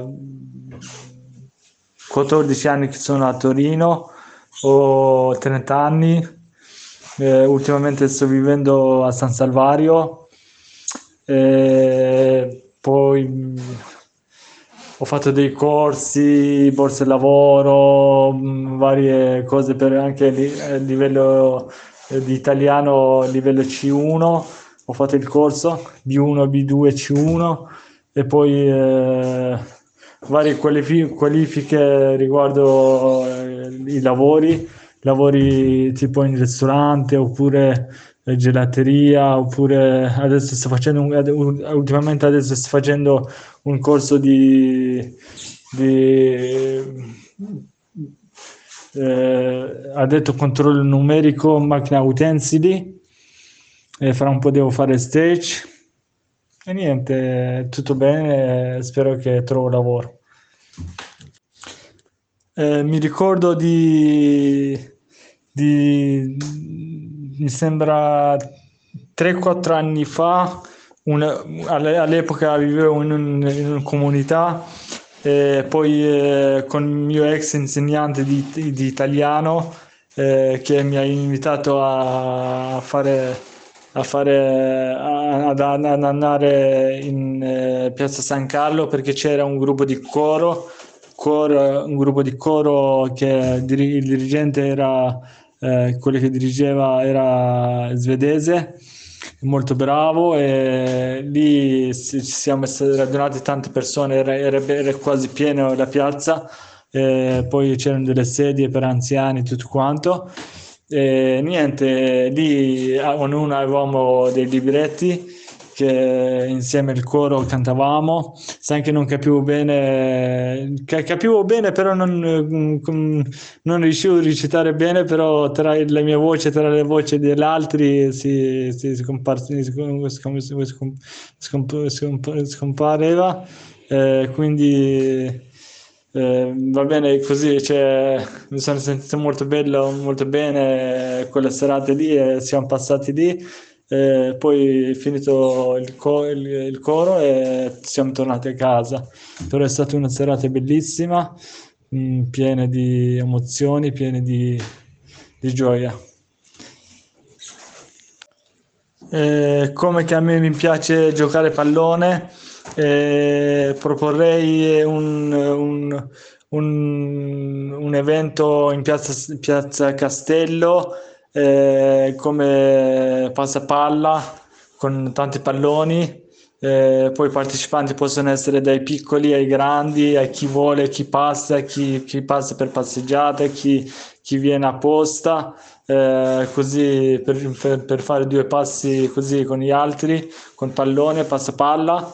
14 anni che sono a Torino, ho 30 anni ultimamente sto vivendo a San Salvario, poi ho fatto dei corsi, borse lavoro, varie cose per anche a livello di italiano, livello C1, ho fatto il corso B1, B2, C1 e poi varie qualifiche riguardo i lavori tipo in ristorante oppure gelateria, oppure adesso ultimamente adesso sto facendo un corso ha detto controllo numerico, macchina utensili, e fra un po' devo fare stage e niente, tutto bene, spero che trovo lavoro. Mi ricordo mi sembra 3-4 anni fa, all'epoca vivevo in una comunità, poi con il mio ex insegnante di italiano che mi ha invitato ad andare in Piazza San Carlo perché c'era un gruppo di coro che il dirigente era quello che dirigeva era svedese, molto bravo, e lì ci siamo radunati tante persone, era quasi piena la piazza, poi c'erano delle sedie per anziani, tutto quanto, e niente, lì ognuno avevamo dei libretti che insieme al coro cantavamo, sai che non capivo bene, però non riuscivo a recitare bene, però tra la mia voce, tra le voci degli altri scompareva, quindi va bene così, cioè, mi sono sentito molto bene quelle serate lì e siamo passati lì. Poi finito il coro e siamo tornati a casa, però è stata una serata bellissima, piena di emozioni, piena di gioia. Come che a me mi piace giocare pallone, proporrei un evento in piazza Castello, come passapalla con tanti palloni, poi i partecipanti possono essere dai piccoli ai grandi, a chi vuole, chi passa per passeggiate, chi viene apposta, così per fare 2 passi così con gli altri, con pallone, passapalla,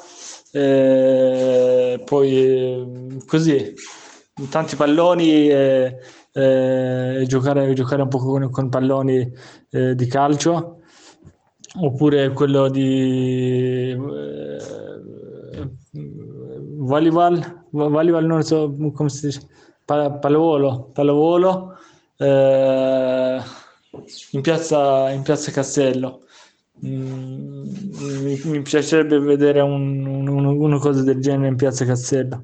poi così tanti palloni giocare un po' con palloni di calcio, oppure quello di volleyball, non so come si dice, pallavolo, in piazza Castello. Mi piacerebbe vedere una cosa del genere in piazza Castello.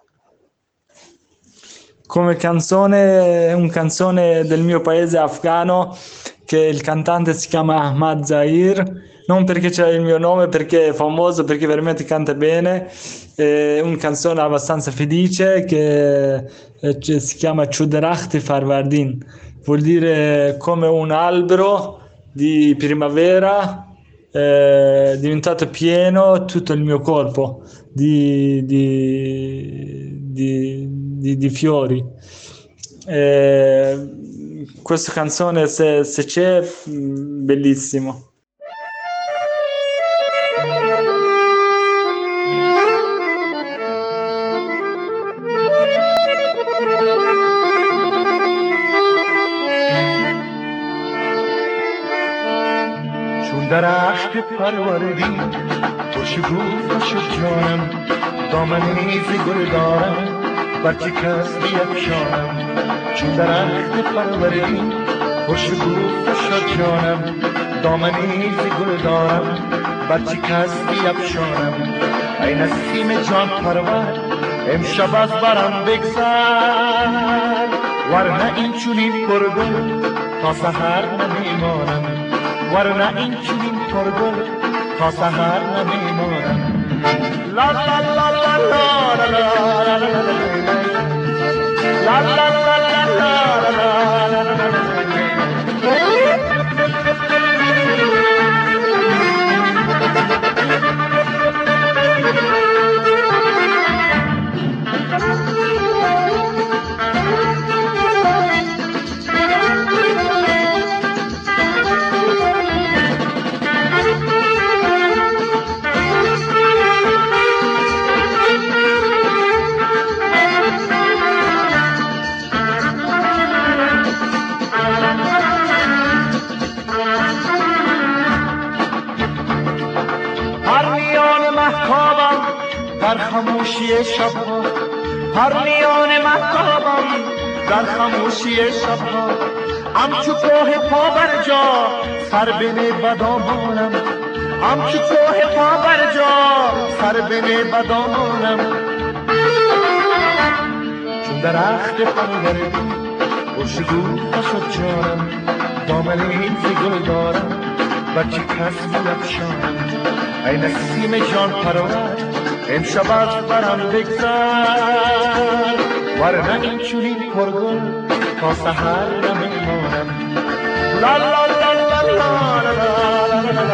Come canzone, un canzone del mio paese afghano, che il cantante si chiama Ahmad Zahir, non perché c'è il mio nome, perché è famoso, perché veramente canta bene, è una canzone abbastanza felice che si chiama Chudarachti Farvardin, vuol dire come un albero di primavera diventato pieno tutto il mio corpo di fiori. Questa canzone, se c'è, bellissimo. چون درخت پروردی تو شکوفه شد جانم دامنی ز گل دارم برچه کس بیفشانم چون درخت پروردی تو شکوفه شد جانم دامنی ز گل دارم برچه کس بیفشانم ای نسیم جان پرور امشب از برم بگذر ورنه این چنین گرگم تا سحر نمیمانم، ورنه این چنین پرگل تا سحر نمیمانم. لا لا لا لا لا لا لا لا در خاموشی شبها، هر میان مهتابم در خاموشی شبها، همچو کوه پا بر جا سر بنه بدامانم، همچو کوه پا بر جا سر بنه بدامانم. چون درخت پروردی خوشگوفته شد جانم، دامنی ز گل دارم بچه کس بیفشانم. ای نسیم جان پرور امشب از برم بگذر، ورنه این چنین پرگل تا سحر نمیمانم. لا لا لا لا لا لا لا لا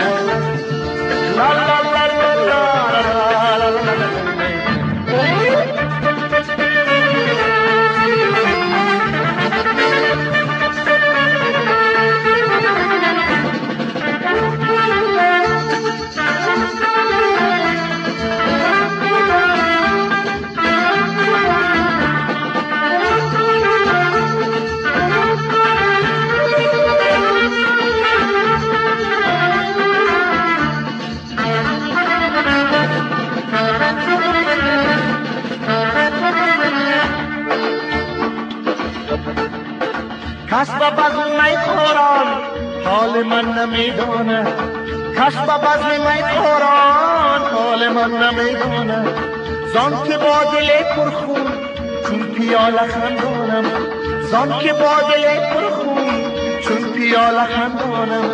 کس به بزم می خوران حال من نمیدانه، کس به بزم می خوران حال من نمیدانه. زان که با دل پرخون چون پیاله خندانم، زان که با دل پرخون چون پیاله خندانم.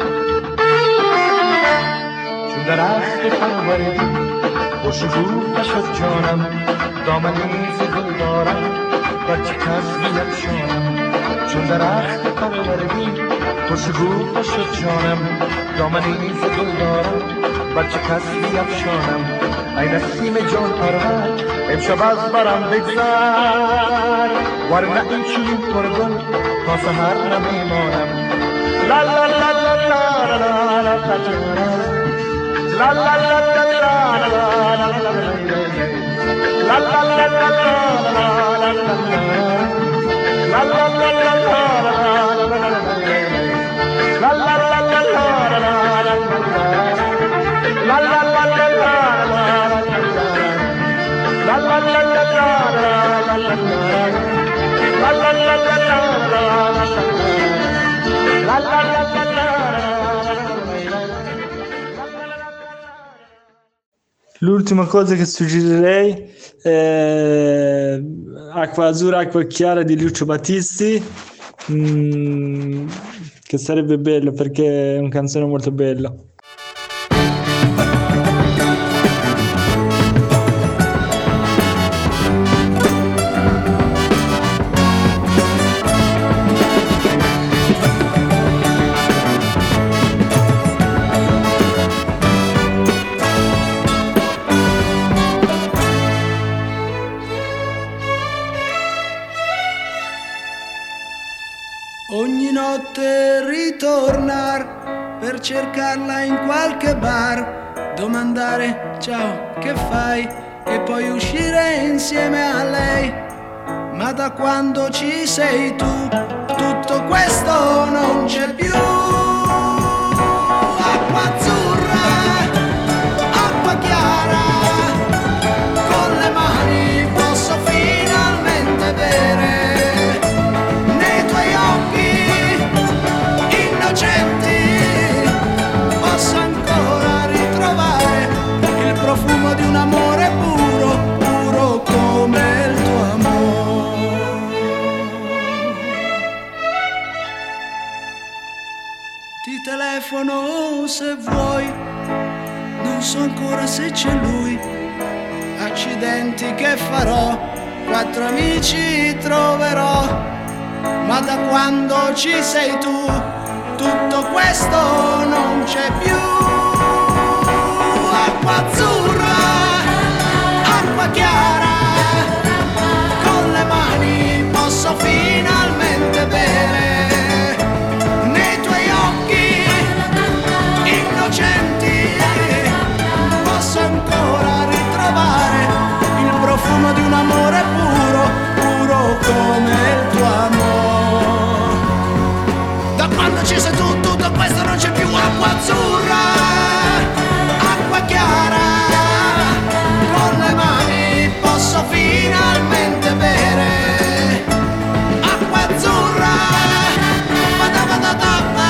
چون درخت پروردی خوشگوفته شد جانم، دامنی ز گل دارم بچه کس بیفشانم. چون درخت پروردی خوشگوفته شد جانم، دامنی ز گل دارم بچه کس بیفشانم. ای نسیم جان پرور امشب از برم بگذر، ورنه این چنین پرگل تا سحر نمیمانم. لا لا لا لا لا لا لا لا لا L'ultima cosa che suggerirei è Acqua Azzurra, Acqua Chiara di Lucio Battisti, che sarebbe bello perché è una canzone molto bella. Ogni notte ritornar per cercarla in qualche bar, domandare ciao che fai e poi uscire insieme a lei. Ma da quando ci sei tu tutto questo non c'è più. Acqua azzurra, acqua chiara, con le mani posso finalmente bere. Posso ancora ritrovare il profumo di un amore puro, puro come il tuo amore. se vuoi, non so ancora se c'è lui. Accidenti che farò, 4 amici troverò, ma da quando ci sei tu, tutto questo non c'è più. Acqua azzurra, acqua chiara, con le mani posso finalmente bere, nei tuoi occhi innocenti posso ancora ritrovare il profumo di un amore puro, puro come il tuo amore. Da quando ci sei tu, tutto questo non c'è più. Acqua azzurra, acqua chiara, con le mani posso finalmente bere. Acqua azzurra, badabadabba.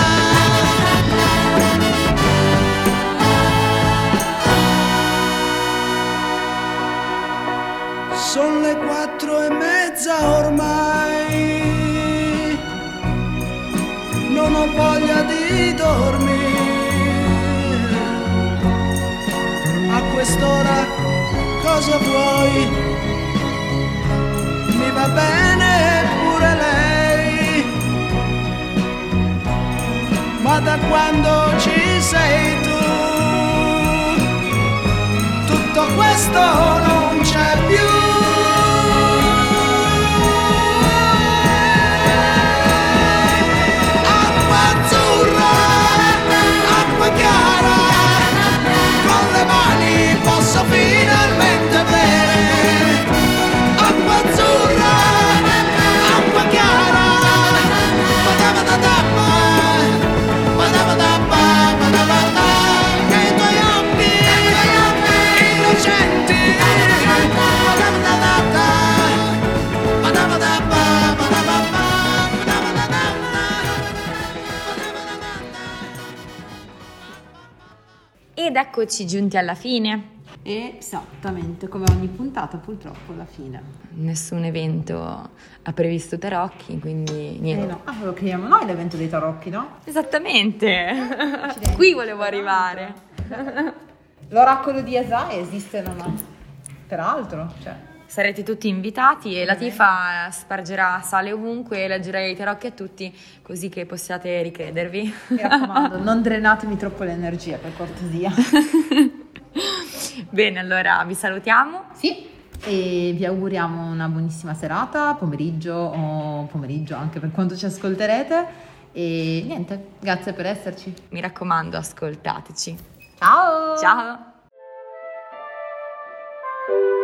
Sono le 4:30 ormai, non ho voglia di dormire. A quest'ora cosa vuoi? Mi va bene pure lei, ma da quando ci sei tu, tutto questo non c'è più. Acqua azzurra, acqua chiara, con le mani posso finalmente bere. Acqua azzurra, acqua chiara, badabadabba, badabadabba, badabadabba, nei tuoi occhi innocenti, badabadabba, badabadabba, badabadabba. Ed eccoci giunti alla fine. Esattamente, come ogni puntata purtroppo alla fine. Nessun evento ha previsto tarocchi, quindi niente. No. Ah, lo chiamiamo noi l'evento dei tarocchi, no? Esattamente. Qui volevo arrivare. L'oracolo di Esai esiste, non ha? Peraltro, cioè. Sarete tutti invitati e la Tifa spargerà sale ovunque e leggerà i tarocchi a tutti, così che possiate ricredervi. Mi raccomando, non drenatemi troppo l'energia, per cortesia. Bene, allora vi salutiamo. Sì, e vi auguriamo una buonissima serata, pomeriggio o pomeriggio anche per quando ci ascolterete. E niente, grazie per esserci. Mi raccomando, ascoltateci. Ciao! Ciao!